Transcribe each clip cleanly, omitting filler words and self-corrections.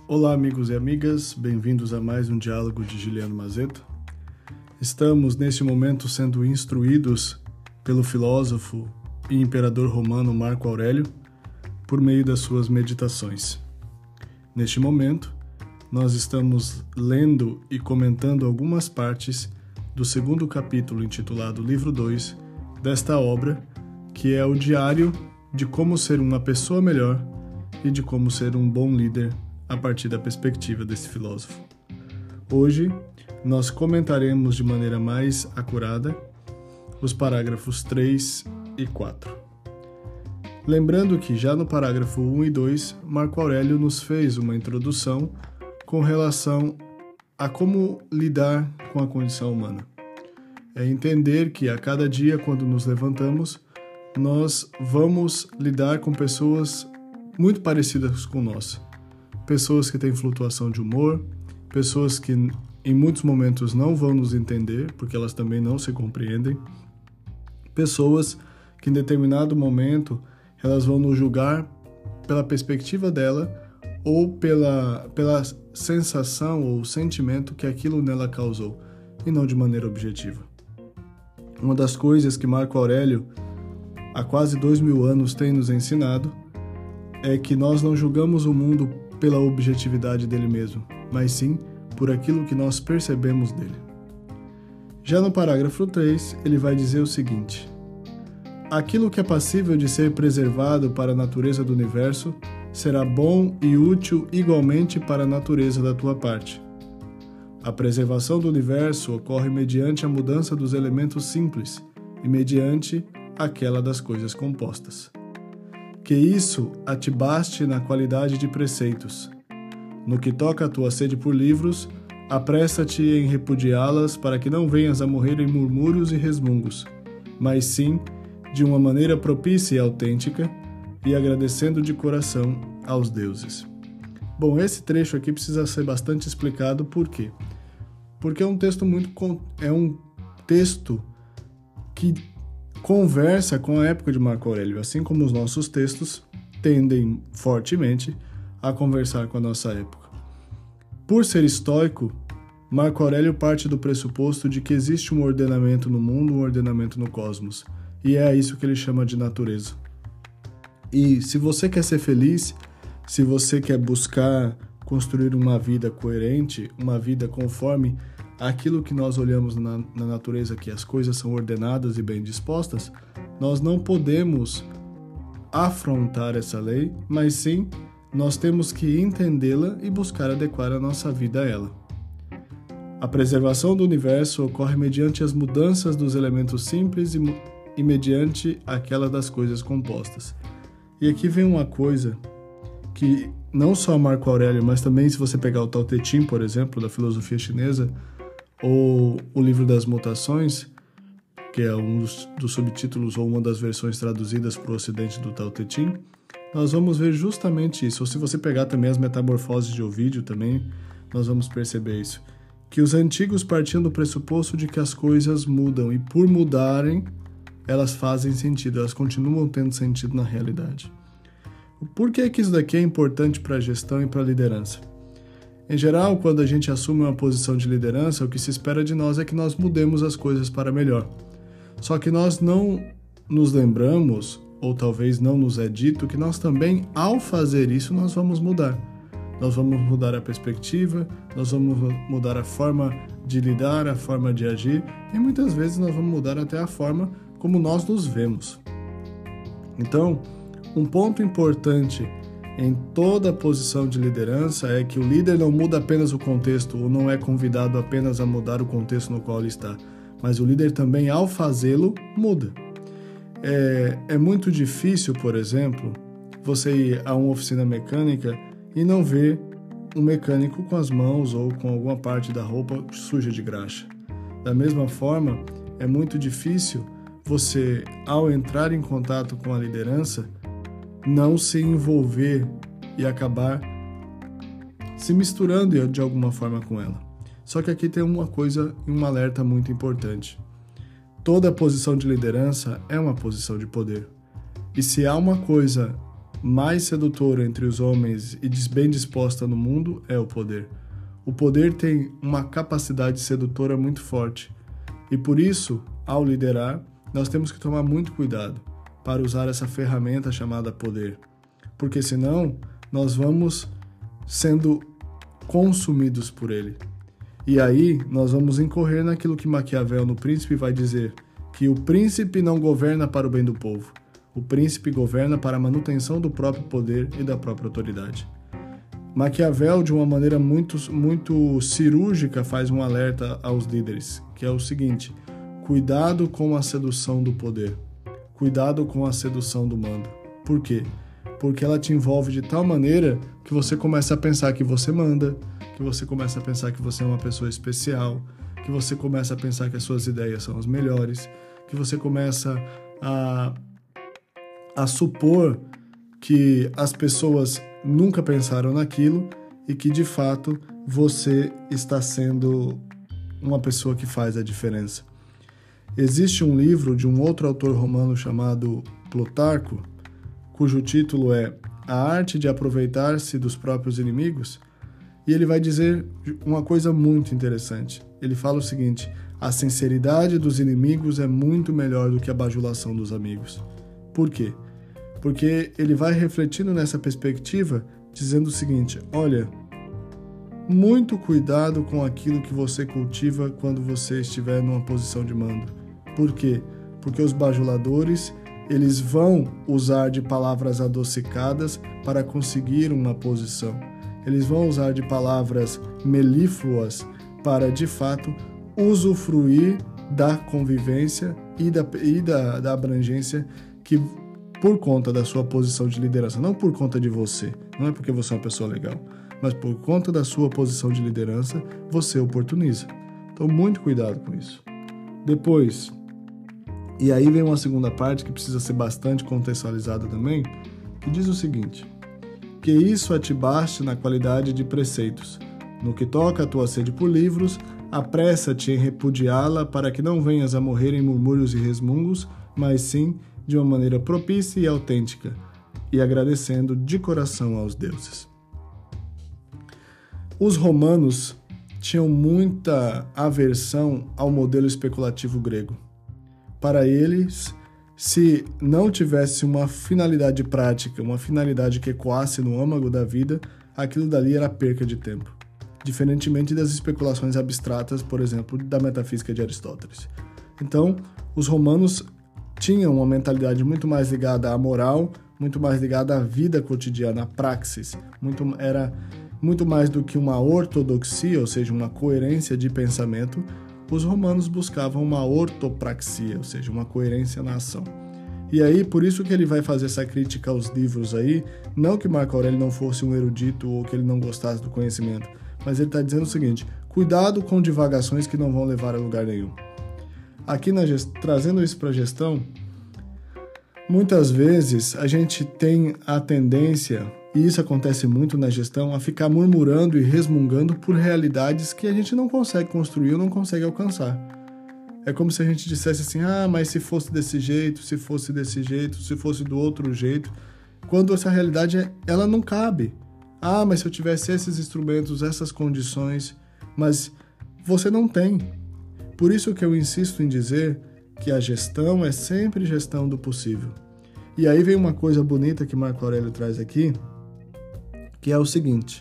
Olá, amigos e amigas, bem-vindos a mais um diálogo de Juliano Mazeto. Estamos, neste momento, sendo instruídos pelo filósofo e imperador romano Marco Aurélio por meio das suas meditações. Neste momento, nós estamos lendo e comentando algumas partes do segundo capítulo intitulado Livro 2 desta obra, que é o diário de como ser uma pessoa melhor e de como ser um bom líder a partir da perspectiva desse filósofo. Hoje, nós comentaremos de maneira mais acurada os parágrafos 3 e 4. Lembrando que já no parágrafo 1 e 2, Marco Aurélio nos fez uma introdução com relação a como lidar com a condição humana. É entender que a cada dia, quando nos levantamos, nós vamos lidar com pessoas muito parecidas com nós. Pessoas que têm flutuação de humor, pessoas que em muitos momentos não vão nos entender, porque elas também não se compreendem, pessoas que em determinado momento elas vão nos julgar pela perspectiva dela ou pela sensação ou sentimento que aquilo nela causou, e não de maneira objetiva. Uma das coisas que Marco Aurélio, há quase 2000 anos, tem nos ensinado é que nós não julgamos o mundo pela objetividade dele mesmo, mas sim por aquilo que nós percebemos dele. Já no parágrafo 3, ele vai dizer o seguinte: aquilo que é passível de ser preservado para a natureza do universo será bom e útil igualmente para a natureza da tua parte. A preservação do universo ocorre mediante a mudança dos elementos simples e mediante aquela das coisas compostas. Que isso a te baste na qualidade de preceitos. No que toca a tua sede por livros, apressa-te em repudiá-las para que não venhas a morrer em murmúrios e resmungos, mas sim de uma maneira propícia e autêntica e agradecendo de coração aos deuses. Bom, esse trecho aqui precisa ser bastante explicado. Por quê? Porque é um texto que conversa com a época de Marco Aurélio, assim como os nossos textos tendem fortemente a conversar com a nossa época. Por ser estoico, Marco Aurélio parte do pressuposto de que existe um ordenamento no mundo, um ordenamento no cosmos, e é isso que ele chama de natureza. E se você quer ser feliz, se você quer buscar construir uma vida coerente, uma vida conforme aquilo que nós olhamos na natureza, que as coisas são ordenadas e bem dispostas, nós não podemos afrontar essa lei, mas sim nós temos que entendê-la e buscar adequar a nossa vida a ela. A preservação do universo ocorre mediante as mudanças dos elementos simples e mediante aquela das coisas compostas. E aqui vem uma coisa que não só Marco Aurélio, mas também se você pegar o Tao Te Ching, por exemplo, da filosofia chinesa, ou o livro das mutações, que é um dos subtítulos ou uma das versões traduzidas para o ocidente do Tao Te Ching, nós vamos ver justamente isso. Ou se você pegar também as metamorfoses de Ovídio também, nós vamos perceber isso. Que os antigos partiam do pressuposto de que as coisas mudam e por mudarem, elas fazem sentido, elas continuam tendo sentido na realidade. Por que isso daqui é importante para a gestão e para a liderança? Em geral, quando a gente assume uma posição de liderança, o que se espera de nós é que nós mudemos as coisas para melhor. Só que nós não nos lembramos, ou talvez não nos é dito, que nós também, ao fazer isso, nós vamos mudar. Nós vamos mudar a perspectiva, nós vamos mudar a forma de lidar, a forma de agir, e muitas vezes nós vamos mudar até a forma como nós nos vemos. Então, um ponto importante em toda posição de liderança é que o líder não muda apenas o contexto ou não é convidado apenas a mudar o contexto no qual ele está, mas o líder também, ao fazê-lo, muda. É muito difícil, por exemplo, você ir a uma oficina mecânica e não ver um mecânico com as mãos ou com alguma parte da roupa suja de graxa. Da mesma forma, é muito difícil você, ao entrar em contato com a liderança, não se envolver e acabar se misturando de alguma forma com ela. Só que aqui tem uma coisa, um alerta muito importante. Toda posição de liderança é uma posição de poder. E se há uma coisa mais sedutora entre os homens e bem disposta no mundo é o poder. O poder tem uma capacidade sedutora muito forte. E por isso, ao liderar, nós temos que tomar muito cuidado para usar essa ferramenta chamada poder. Porque senão, nós vamos sendo consumidos por ele. E aí, nós vamos incorrer naquilo que Maquiavel, no Príncipe, vai dizer, que o príncipe não governa para o bem do povo. O príncipe governa para a manutenção do próprio poder e da própria autoridade. Maquiavel, de uma maneira muito cirúrgica, faz um alerta aos líderes, que é o seguinte: cuidado com a sedução do poder, cuidado com a sedução do mando. Por quê? Porque ela te envolve de tal maneira que você começa a pensar que você manda, que você começa a pensar que você é uma pessoa especial, que você começa a pensar que as suas ideias são as melhores, que você começa a supor que as pessoas nunca pensaram naquilo e que, de fato, você está sendo uma pessoa que faz a diferença. Existe um livro de um outro autor romano chamado Plutarco, cujo título é A Arte de Aproveitar-se dos Próprios Inimigos, e ele vai dizer uma coisa muito interessante. Ele fala o seguinte: a sinceridade dos inimigos é muito melhor do que a bajulação dos amigos. Por quê? Porque ele vai refletindo nessa perspectiva, dizendo o seguinte: olha, muito cuidado com aquilo que você cultiva quando você estiver numa posição de mando. Por quê? Porque os bajuladores, eles vão usar de palavras adocicadas para conseguir uma posição. Eles vão usar de palavras melífluas para, de fato, usufruir da convivência e da abrangência que, por conta da sua posição de liderança, não por conta de você, não é porque você é uma pessoa legal, mas por conta da sua posição de liderança, você oportuniza. Então, muito cuidado com isso. Depois, e aí vem uma segunda parte que precisa ser bastante contextualizada também, que diz o seguinte: que isso a te baste na qualidade de preceitos. No que toca a tua sede por livros, apressa-te em repudiá-la para que não venhas a morrer em murmúrios e resmungos, mas sim de uma maneira propícia e autêntica, e agradecendo de coração aos deuses. Os romanos tinham muita aversão ao modelo especulativo grego. Para eles, se não tivesse uma finalidade prática, uma finalidade que ecoasse no âmago da vida, aquilo dali era perca de tempo. Diferentemente das especulações abstratas, por exemplo, da metafísica de Aristóteles. Então, os romanos tinham uma mentalidade muito mais ligada à moral, muito mais ligada à vida cotidiana, à praxis. Era muito mais do que uma ortodoxia, ou seja, uma coerência de pensamento. Os romanos buscavam uma ortopraxia, ou seja, uma coerência na ação. E aí, por isso que ele vai fazer essa crítica aos livros aí, não que Marco Aurélio não fosse um erudito ou que ele não gostasse do conhecimento, mas ele está dizendo o seguinte: cuidado com divagações que não vão levar a lugar nenhum. Aqui, trazendo isso para a gestão, muitas vezes a gente tem a tendência, e isso acontece muito na gestão, a ficar murmurando e resmungando por realidades que a gente não consegue construir ou não consegue alcançar. É como se a gente dissesse assim: mas se fosse desse jeito, se fosse desse jeito, se fosse do outro jeito, quando essa realidade ela não cabe. Mas se eu tivesse esses instrumentos, essas condições, mas você não tem. Por isso que eu insisto em dizer que a gestão é sempre gestão do possível. E aí vem uma coisa bonita que Marco Aurélio traz aqui, que é o seguinte,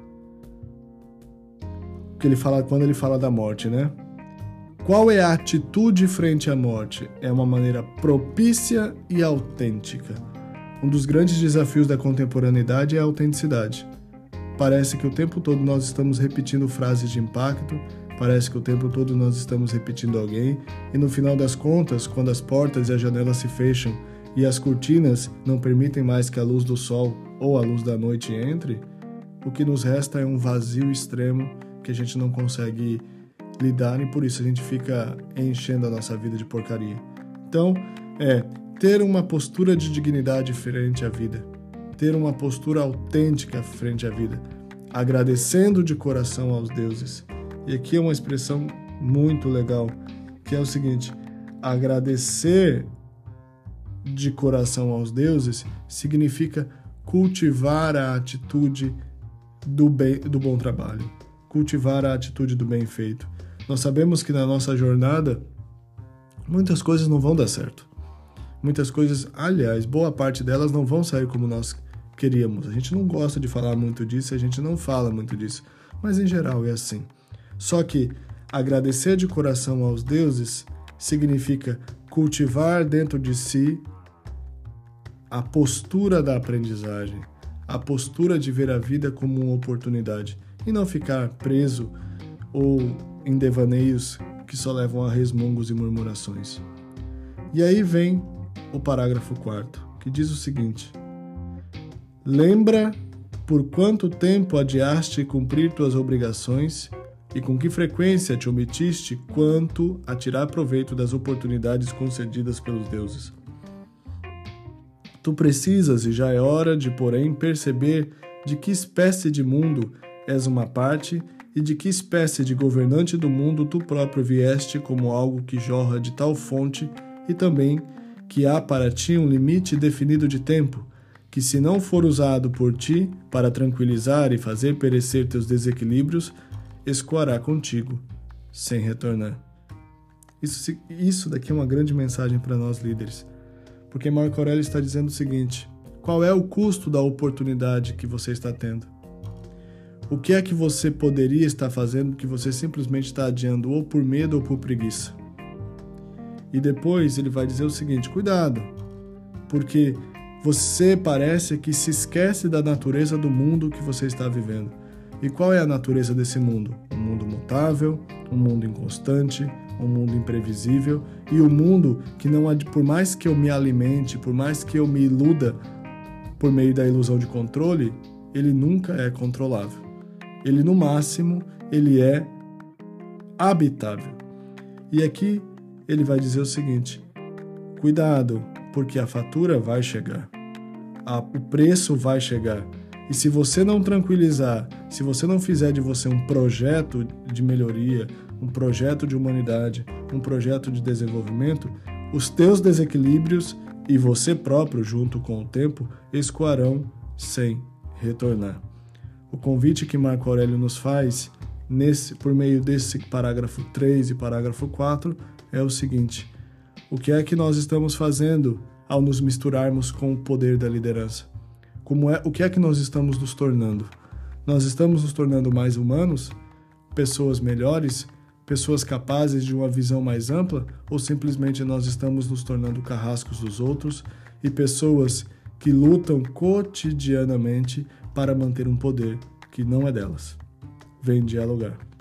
que ele fala quando ele fala da morte, né? Qual é a atitude frente à morte? É uma maneira propícia e autêntica. Um dos grandes desafios da contemporaneidade é a autenticidade. Parece que o tempo todo nós estamos repetindo frases de impacto, parece que o tempo todo nós estamos repetindo alguém, e no final das contas, quando as portas e as janelas se fecham e as cortinas não permitem mais que a luz do sol ou a luz da noite entre, o que nos resta é um vazio extremo que a gente não consegue lidar, e por isso a gente fica enchendo a nossa vida de porcaria. Então, ter uma postura de dignidade frente à vida, ter uma postura autêntica frente à vida, agradecendo de coração aos deuses. E aqui é uma expressão muito legal, que é o seguinte: agradecer de coração aos deuses significa cultivar a atitude do bom trabalho, cultivar a atitude do bem feito. Nós sabemos que na nossa jornada muitas coisas não vão dar certo. Muitas coisas, aliás, boa parte delas não vão sair como nós queríamos. A gente não gosta de falar muito disso, a gente não fala muito disso, mas em geral é assim. Só que agradecer de coração aos deuses significa cultivar dentro de si a postura da aprendizagem, a postura de ver a vida como uma oportunidade e não ficar preso ou em devaneios que só levam a resmungos e murmurações. E aí vem o parágrafo 4º, que diz o seguinte: lembra por quanto tempo adiaste cumprir tuas obrigações e com que frequência te omitiste quanto a tirar proveito das oportunidades concedidas pelos deuses. Tu precisas, e já é hora de, porém, perceber de que espécie de mundo és uma parte e de que espécie de governante do mundo tu próprio vieste como algo que jorra de tal fonte, e também que há para ti um limite definido de tempo, que se não for usado por ti para tranquilizar e fazer perecer teus desequilíbrios, escoará contigo, sem retornar. Isso daqui é uma grande mensagem para nós líderes, porque Marco Aurélio está dizendo o seguinte: qual é o custo da oportunidade que você está tendo? O que é que você poderia estar fazendo que você simplesmente está adiando ou por medo ou por preguiça? E depois ele vai dizer o seguinte: cuidado, porque você parece que se esquece da natureza do mundo que você está vivendo. E qual é a natureza desse mundo? Um mundo mutável, um mundo inconstante, um mundo imprevisível e um mundo que não, por mais que eu me alimente, por mais que eu me iluda por meio da ilusão de controle, ele nunca é controlável. Ele, no máximo, ele é habitável. E aqui ele vai dizer o seguinte: cuidado, porque a fatura vai chegar. O preço vai chegar. E se você não tranquilizar, se você não fizer de você um projeto de melhoria, um projeto de humanidade, um projeto de desenvolvimento, os teus desequilíbrios e você próprio, junto com o tempo, escoarão sem retornar. O convite que Marco Aurélio nos faz, por meio desse parágrafo 3 e parágrafo 4, é o seguinte: o que é que nós estamos fazendo ao nos misturarmos com o poder da liderança? O que é que nós estamos nos tornando? Nós estamos nos tornando mais humanos, pessoas melhores, pessoas capazes de uma visão mais ampla, ou simplesmente nós estamos nos tornando carrascos dos outros e pessoas que lutam cotidianamente para manter um poder que não é delas? Vem dialogar.